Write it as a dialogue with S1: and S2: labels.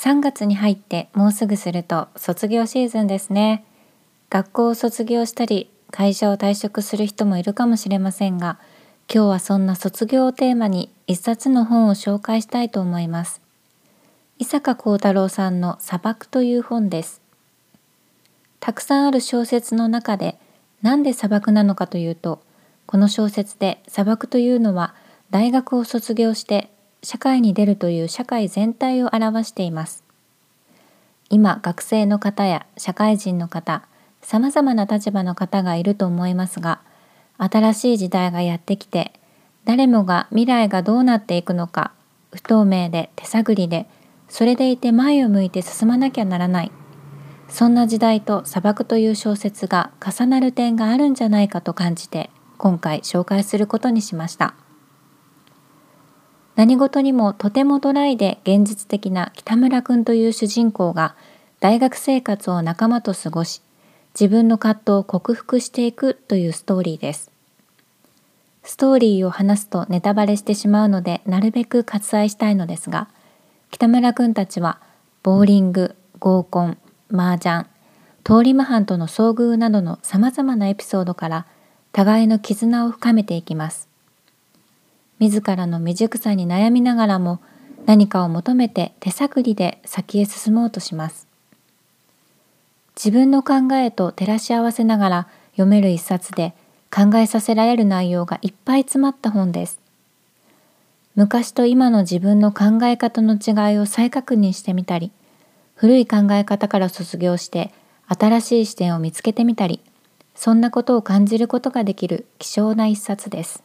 S1: 3月に入ってもうすぐすると卒業シーズンですね。学校を卒業したり会社を退職する人もいるかもしれませんが、今日はそんな卒業をテーマに一冊の本を紹介したいと思います。伊坂幸太郎さんの砂漠という本です。たくさんある小説の中でなんで砂漠なのかというと、この小説で砂漠というのは大学を卒業して社会に出るという社会全体を表しています。今、学生の方や社会人の方、さまざまな立場の方がいると思いますが、新しい時代がやってきて、誰もが未来がどうなっていくのか、不透明で手探りで、それでいて前を向いて進まなきゃならない。そんな時代と砂漠という小説が重なる点があるんじゃないかと感じて、今回紹介することにしました。何事にもとてもドライで現実的な北村くんという主人公が大学生活を仲間と過ごし、自分の葛藤を克服していくというストーリーです。ストーリーを話すとネタバレしてしまうのでなるべく割愛したいのですが、北村くんたちはボーリング、合コン、麻雀、通り魔犯との遭遇などのさまざまなエピソードから互いの絆を深めていきます。自らの未熟さに悩みながらも何かを求めて手探りで先へ進もうとします。自分の考えと照らし合わせながら読める一冊で考えさせられる内容がいっぱい詰まった本です。昔と今の自分の考え方の違いを再確認してみたり、古い考え方から卒業して新しい視点を見つけてみたり、そんなことを感じることができる貴重な一冊です。